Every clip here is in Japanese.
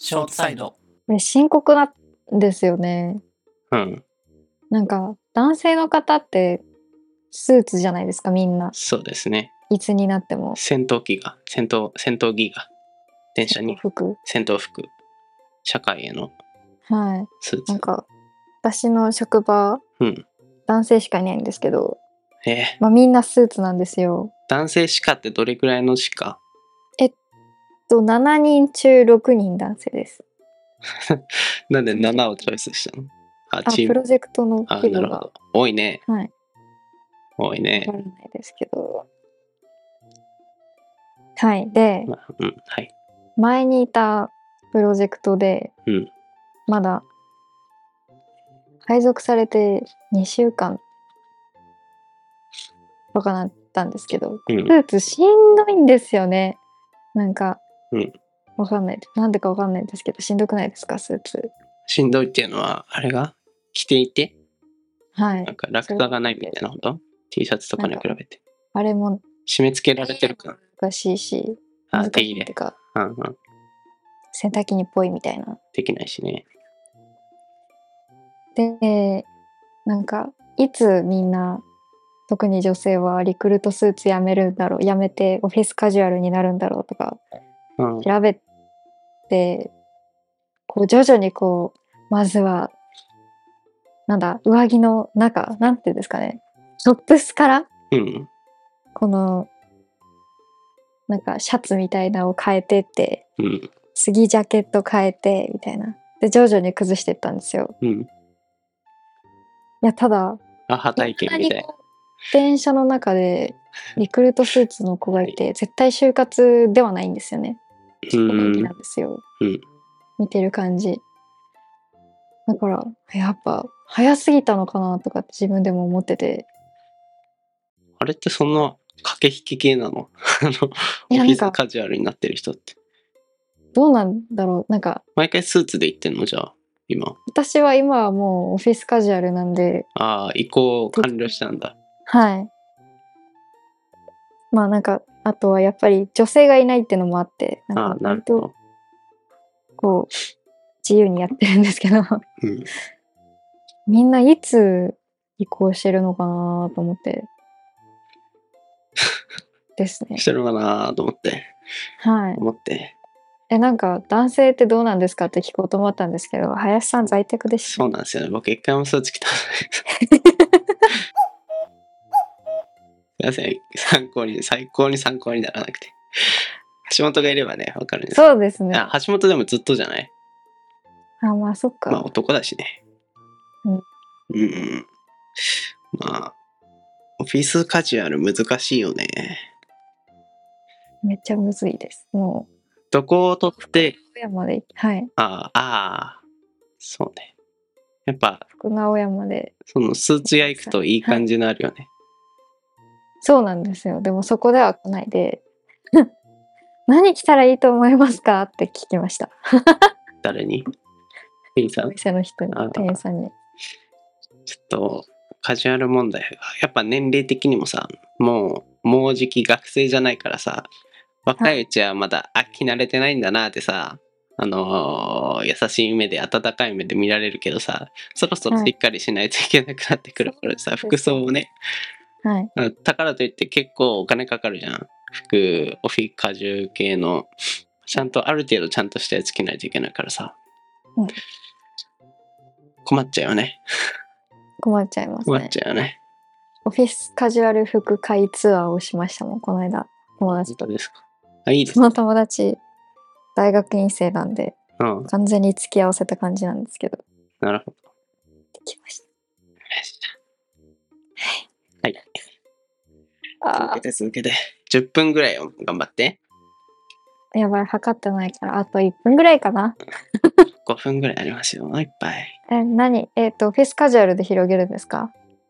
ショートサイド。 これ深刻なんですよね。 うん。 なんか男性の方ってスーツじゃないですか、みんな。 そうですね。 いつになっても戦闘機が電車に服。 戦闘服、社会へのはい。 スーツ。 なんか私の職場、男性しかいないんですけど、まあみんなスーツなんですよ。 男性しかってどれくらいのしか 7人中6人男性です。 なんで7をチョイスしたの？ プロジェクトの規模がなるほど。多いね。 はい。 多いね。 わからないですけど。はい。で、 はい。 前にいたプロジェクトで、まだ配属されて2週間とかなったんですけど、スーツしんどいんですよね。なんか、わかんない。なんでかわかんないんですけど、しんどくないですか、スーツ。 しんどいっていうのは、あれが着ていて、 はい。 なんか楽さがないみたいなこと ?T シャツとかに比べて。 あれも締め付けられてるか。 難しいし、難しいっていうか、洗濯機にっぽいみたいな。 できないしね。 で、なんか、いつみんな、特に女性はリクルートスーツやめるんだろう、やめてオフィスカジュアルになるんだろうとか、調べて、こう徐々にこう、まずは、上着の中、なんていうんですかね、トップスから、この、なんかシャツみたいなのを変えてって、次ジャケット変えて、みたいな。で、徐々に崩していったんですよ。いや、ただ、 体験みたいな。 電車の中でリクルートスーツの子がいて、絶対就活ではないんですよね。飛行機なんですよ。見てる感じ。だから、やっぱ、早すぎたのかなとかって自分でも思ってて。 あれってそんな駆け引き系なの？オフィスカジュアルになってる人って。 どうなんだろう、なんか。 毎回スーツで行ってんのじゃあ、今。 私は今はもうオフィスカジュアルなんで。 移行完了したんだ。 はい。まあなんか、あとはやっぱり女性がいないっていうのもあって、なんか割と、こう、自由にやってるんですけど、みんないつ移行してるのかなと思って。ですね。 してるのかなと思って。 はい。 思って。 なんか男性ってどうなんですかって聞こうと思ったんですけど、林さん在宅でした。 そうなんですよね。僕一回もスーツ着た。すいません。最高に参考にならなくて。橋本がいればね、わかるんです。 そうですね。 橋本でもずっとじゃない？ まあそっか。 まあ男だしね。まあ、オフィスカジュアル難しいよね。 めっちゃむずいです。もう。 どこを取って。 福直山で、はい。 そうね。やっぱ、 福直山で。 そのスーツ屋行くといい感じになるよね。 そうなんですよ。でもそこでは来ないで、何着たらいいと思いますかって聞きました。 誰に？店員さん？ お店の人に、店員さんに。 ちょっと、カジュアル問題が、やっぱ年齢的にもさ、もうじき学生じゃないからさ、若いうちはまだ飽き慣れてないんだなってさ、優しい目で温かい目で見られるけどさ、そろそろしっかりしないといけなくなってくるからさ、服装をね、だからといって結構お金かかるじゃん。服、オフィスカジュ系の、ちゃんとある程度ちゃんとしたやつ着ないといけないからさ、困っちゃうよね。 困っちゃいますね。 困っちゃうよね。 オフィスカジュアル服買いツアーをしましたもん、この間。友達と。 ですか。いいです。 その友達、大学院生なんで、完全に付き合わせた感じなんですけど。 なるほど。 できました。 はい。続けて。10分ぐらいを頑張って。 やばい、測ってないから、あと1分ぐらいかな。 5分ぐらいありますよ、いっぱい。 オフィスカジュアルで広げるんですか？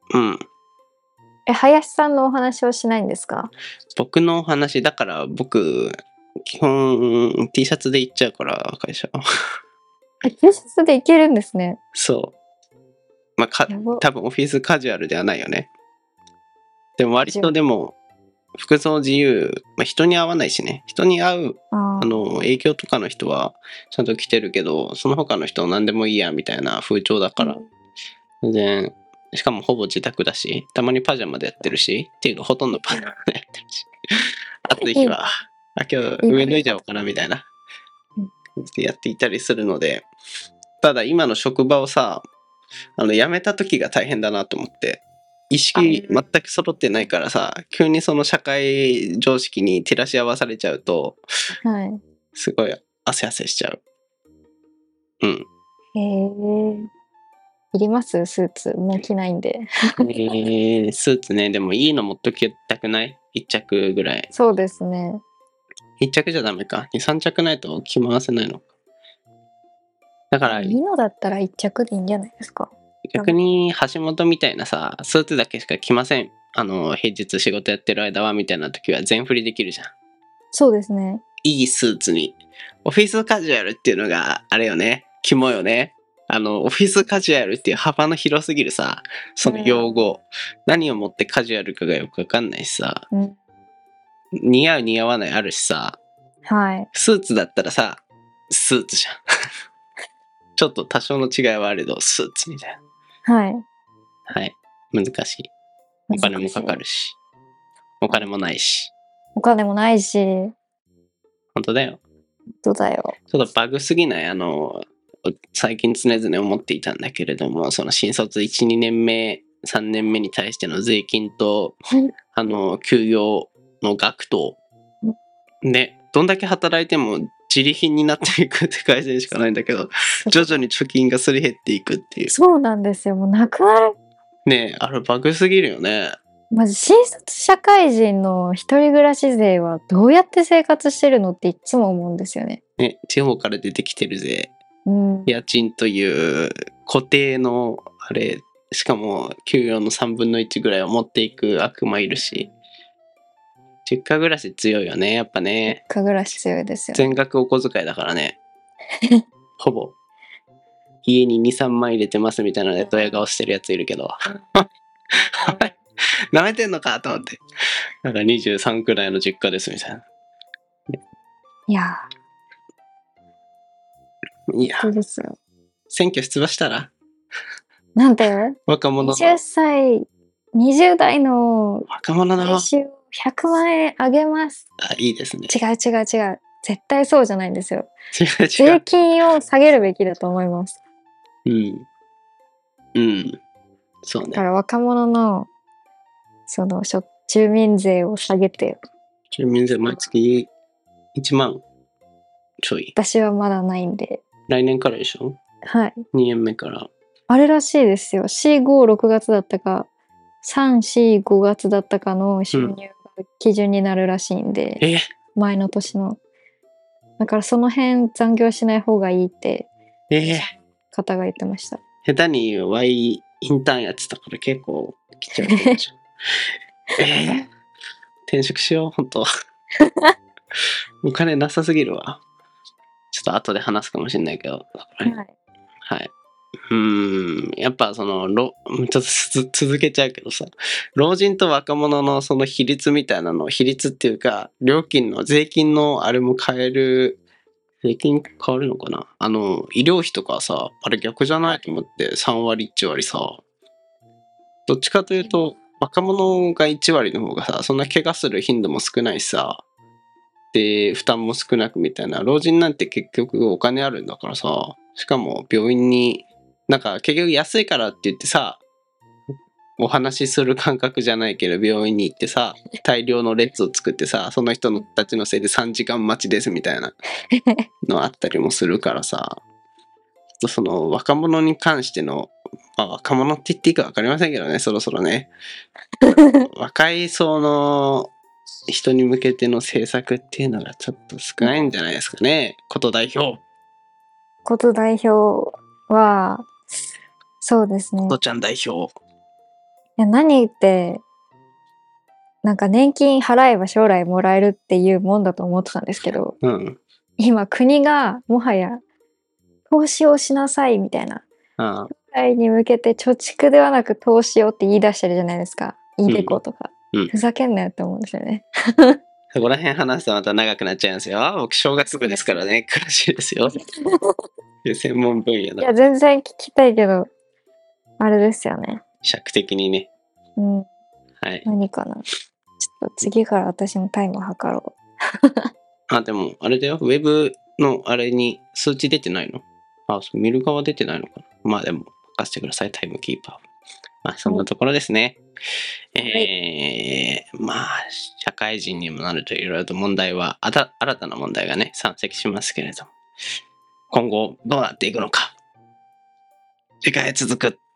林さんのお話をしないんですか？ 僕のお話、だから僕、基本 T シャツで行っちゃうから、会社。 T シャツで行けるんですね。 そう。まあ、多分オフィスカジュアルではないよね。でも割とでも、 服装自由、人に合わないしね、人に合う営業とかの人はちゃんと着てるけど、その他の人は何でもいいやみたいな風潮だから、全然、しかもほぼ自宅だし、たまにパジャマでやってるし、っていうかほとんどパジャマでやってるし、暑い日は今日上脱いじゃおうかなみたいなやっていたりするので、ただ今の職場をさ、辞めた時が大変だなと思って、意識全く揃ってないからさ、急にその社会常識に照らし合わされちゃうと、 はい。 すごい汗しちゃう。うん。 いりますスーツ？もう着ないんで。 スーツね、でもいいの持っときたくない？ 1 着ぐらい。 そうですね。 1着じゃダメか。2、3着ないと着回せないのか。だから、 いいのだったら1着でいいんじゃないですか。 逆に橋本みたいなさ、スーツだけしか着ません。平日仕事やってる間はみたいな時は全振りできるじゃん。 そうですね。 いいスーツに。オフィスカジュアルっていうのがあれよね。肝よね。オフィスカジュアルっていう幅の広すぎるさ、その用語。何をもってカジュアルかがよくわかんないしさ。似合う似合わないあるしさ。 はい。 スーツだったらさ、スーツじゃん。ちょっと多少の違いはあれど、スーツみたいな。はい。 はい。難しい。お金もかかるし。お金もないし。 お金もないし。 本当だよ。 本当だよ。 ちょっとバグすぎない？最近常々思っていたんだけれども、その新卒1、2年目、3年目に対しての税金と、給与の額と、ね、どんだけ働いても自利品になっていくって改善しかないんだけど、徐々に貯金がすり減っていくっていう。 そうなんですよ。もうなくなる。 ねえ、あれバグすぎるよね。 まず新卒社会人の一人暮らし税はどうやって生活してるのっていつも思うんですよね。 ね、地方から出てきてる税。家賃という固定のあれ、しかも給与の3分の1ぐらいを持っていく悪魔いるし、実家暮らし強いよね、やっぱね。 実家暮らし強いですよね。 全額お小遣いだからね。ほぼ。家に2、3万入れてますみたいなドヤ顔してるやついるけど。なめてんのかと思って。なんか23くらいの実家ですみたいな。 いやそうですよ。 選挙出馬したらなんて若者の 20歳、20代の若者の年収100万円あげます。 いいですね。 違う。絶対そうじゃないんですよ。 違う。 税金を下げるべきだと思います。 そうね。 だから若者のその住民税を下げて。 住民税毎月1万ちょい。 私はまだないんで。 来年からでしょ？ はい。 2年目から。 あれらしいですよ。4、5、6月だったか、3、4、5月だったかの収入が基準になるらしいんで、前の年の。だからその辺残業しない方がいいって方が言ってました。 下手に Y インターンやってたから結構来ちゃうじゃん。転職しよう、本当。お金なさすぎるわ。ちょっと後で話すかもしれないけど。はい。やっぱそのちょっと続けちゃうけどさ、老人と若者のその比率みたいなの、比率っていうか料金の税金のあれも変える。税金変わるのかな？医療費とかさ、あれ逆じゃないと思って、3割1割さ、どっちかというと若者が1割の方がさ、そんな怪我する頻度も少ないしさ、で負担も少なくみたいな。老人なんて結局お金あるんだからさ、しかも病院になんか結局安いからって言ってさ、お話しする感覚じゃないけど病院に行ってさ、大量の列を作ってさ、その人たちのせいで3時間待ちですみたいなのあったりもするからさ、その若者に関しての、若者って言っていいか分かりませんけどね、そろそろね若い層の人に向けての政策っていうのがちょっと少ないんじゃないですかね。こと代表はそうですね。 ことちゃん代表。 いや何ってなんか年金払えば将来もらえるっていうもんだと思ってたんですけど、今国がもはや投資をしなさいみたいな、将来に向けて貯蓄ではなく投資をって言い出してるじゃないですか。イデコとか。 ふざけんなよって思うんですよね。 そこら辺話すとまた長くなっちゃいますよ。僕、小学部ですからね、詳しいですよ。専門分野いや、全然聞きたいけど、あれですよね。 尺的にね。 はい。 はい。 何かな。ちょっと次から私もタイム測ろう。でも、あれだよ。ウェブのあれに数値出てないの？見る側出てないのかな。でも、任せてください、タイムキーパー。そんなところですね。社会人にもなるといろいろと問題は、新たな問題がね、山積しますけれども、今後どうなっていくのか。次回続く。